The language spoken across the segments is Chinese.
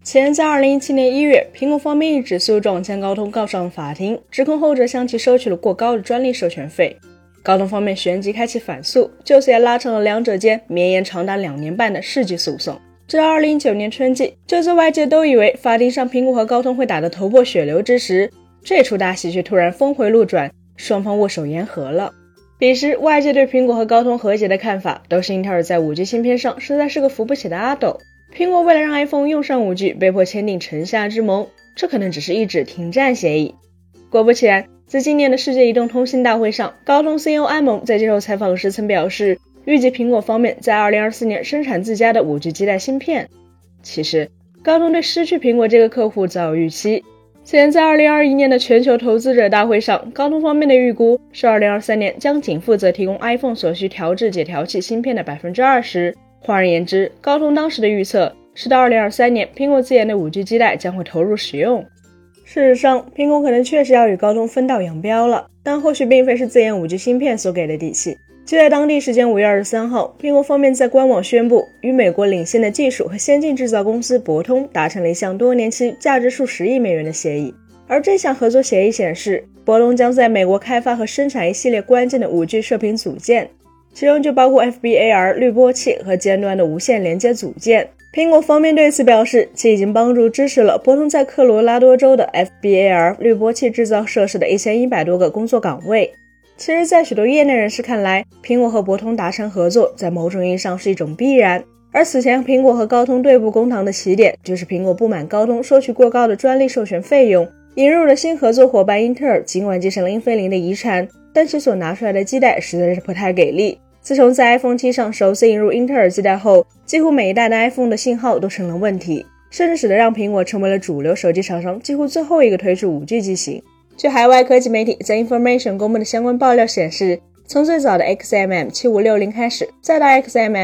此前在2017年1月，苹果方面一纸诉状将高通告上法庭，指控后者向其收取了过高的专利授权费。高通方面旋即开启反诉，就此也拉长了两者间绵延长达2年半的世纪诉讼。直到2019年春季，就在外界都以为法庭上苹果和高通会打得头破血流之时，这出大戏却突然峰回路转，双方握手言和了。彼时外界对苹果和高通和解的看法都是英特尔在 5G 芯片上实在是个扶不起的阿斗，苹果为了让 iPhone 用上 5G 被迫签订城下之盟，这可能只是一纸停战协议。果不其然，在今年的世界移动通信大会上，高通 CEO 安蒙在接受采访时曾表示，预计苹果方面在2024年生产自家的 5G 基带芯片。其实高通对失去苹果这个客户早有预期。此前在2021年的全球投资者大会上，高通方面的预估是2023年将仅负责提供 iPhone 所需调制解调器芯片的 20%。 换而言之，高通当时的预测是到2023年苹果自研的 5G 基带将会投入使用。事实上，苹果可能确实要与高通分道扬镳了，但或许并非是自研 5G 芯片所给的底气。就在当地时间5月23号，苹果方面在官网宣布，与美国领先的技术和先进制造公司博通达成了一项多年期价值数十亿美元的协议。而这项合作协议显示，博通将在美国开发和生产一系列关键的 5G 射频组件，其中就包括 FBAR 滤波器和尖端的无线连接组件。苹果方面对此表示，其已经帮助支持了博通在科罗拉多州的 FBAR 滤波器制造设施的1100多个工作岗位。其实在许多业内人士看来，苹果和博通达成合作在某种意义上是一种必然，而此前苹果和高通对簿公堂的起点就是苹果不满高通收取过高的专利授权费用，引入了新合作伙伴英特尔，尽管继承了英飞凌的遗产，但其所拿出来的基带实在是不太给力。自从在 iPhone 7上首次引入英特尔基带后，几乎每一代的 iPhone 的信号都成了问题，甚至使得让苹果成为了主流手机厂商几乎最后一个推出 5G 机型。据海外科技媒体 The Information 公布的相关爆料显示，从最早的 XMM7560 开始，再到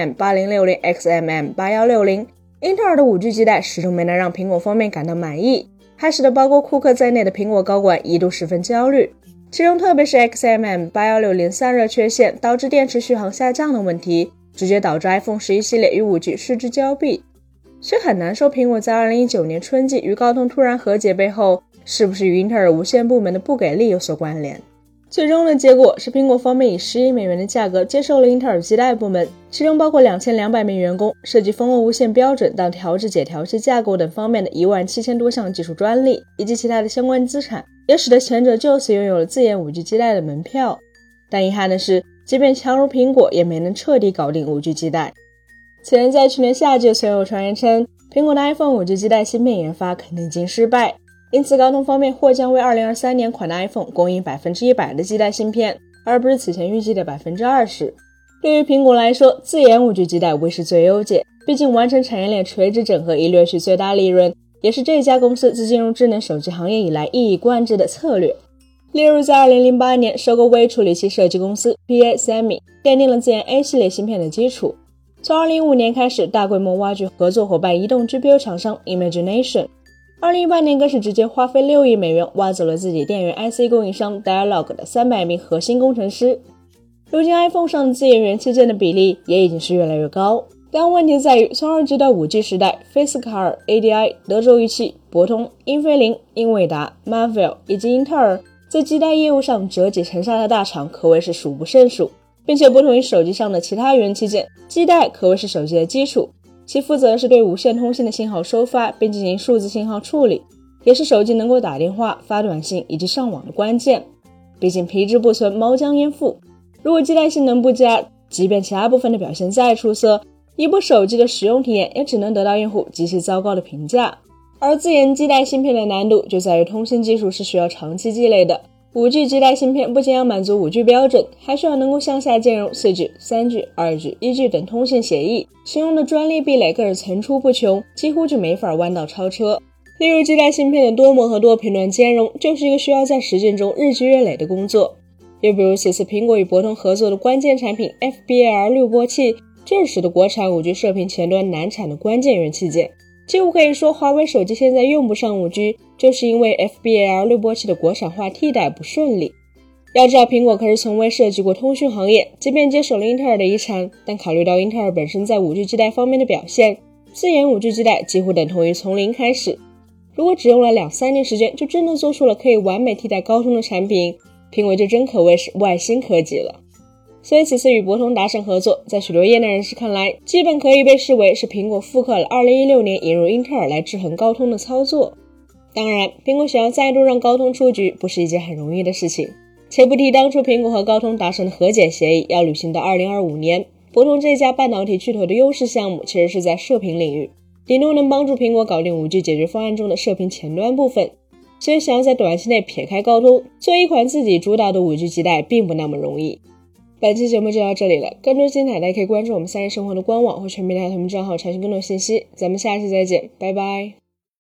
XMM8060、XMM8160， 英特尔的 5G 基带始终没能让苹果方面感到满意，还使得包括库克在内的苹果高管一度十分焦虑。其中特别是 XMM8160 散热缺陷导致电池续航下降的问题，直接导致 iPhone 11系列与 5G 失之交臂。虽很难说苹果在2019年春季与高通突然和解背后是不是与英特尔无线部门的不给力有所关联。最终的结果是苹果方面以10亿美元的价格接受了英特尔基带部门，其中包括2200名员工，涉及蜂窝无线标准到调制解调器架构等方面的17000多项技术专利以及其他的相关资产，也使得前者就此拥有了自研 5G 基带的门票。但遗憾的是，即便强如苹果也没能彻底搞定 5G 基带。此前在去年夏季虽有传言称苹果的 iPhone 5G 基带芯片研发肯定已经失败，因此高通方面或将为2023年款的 iPhone 供应 100% 的基带芯片，而不是此前预计的 20%。 对于苹果来说，自研 5G 基带未是最优解，毕竟完成产业链垂直整合以掠取最大利润，也是这家公司自进入智能手机行业以来一以贯之的策略。例如在2008年收购微处理器设计公司 PA Semi， 奠定了自研 A 系列芯片的基础。从2015年开始大规模挖掘合作伙伴移动 GPU 厂商 Imagination， 2018年更是直接花费6亿美元挖走了自己电源 IC 供应商 Dialog 的300名核心工程师。如今 iPhone 上的自研元器件的比例也已经是越来越高，但问题在于从 2G 到 5G 时代，菲斯卡尔、ADI、德州仪器、博通、英飞凌、英伟达、Marvell 以及英特尔在基带业务上折戟沉沙的大厂可谓是数不胜数，并且不同于手机上的其他元器件，基带可谓是手机的基础，其负责的是对无线通信的信号收发并进行数字信号处理，也是手机能够打电话、发短信以及上网的关键。毕竟皮之不存，毛将焉附，如果基带性能不佳，即便其他部分的表现再出色，一部手机的使用体验也只能得到用户极其糟糕的评价。而自研基带芯片的难度就在于通信技术是需要长期积累的， 5G 基带芯片不仅要满足 5G 标准，还需要能够向下兼容 4G、3G、2G、1G 等通信协议，使用的专利壁垒更是层出不穷，几乎就没法弯道超车。例如基带芯片的多模和多频段兼容就是一个需要在实践中日积月累的工作。又比如此次苹果与博通合作的关键产品 FBAR 滤波器，就是使得国产 5G 射频前端难产的关键元器件。几乎可以说华为手机现在用不上 5G， 就是因为 FBAR 滤波器的国产化替代不顺利。要知道苹果可是从未涉及过通讯行业，即便接手了英特尔的遗产，但考虑到英特尔本身在 5G 基带方面的表现， 自研 5G 基带几乎等同于从零开始。如果只用了2-3年时间就真的做出了可以完美替代高通的产品，苹果就真可谓是外星科技了。所以此次与博通达成合作，在许多业内人士看来，基本可以被视为是苹果复刻了2016年引入英特尔来制衡高通的操作。当然，苹果想要再度让高通出局，不是一件很容易的事情。且不提当初苹果和高通达成的和解协议要履行到2025年，博通这家半导体巨头的优势项目其实是在射频领域，顶多能帮助苹果搞定 5G 解决方案中的射频前端部分，所以想要在短期内撇开高通，做一款自己主导的 5G 基带并不那么容易。本期节目就到这里了，更多精彩大家可以关注我们3亿生活的官网或全平台同名账号查询更多信息，咱们下期再见，拜拜。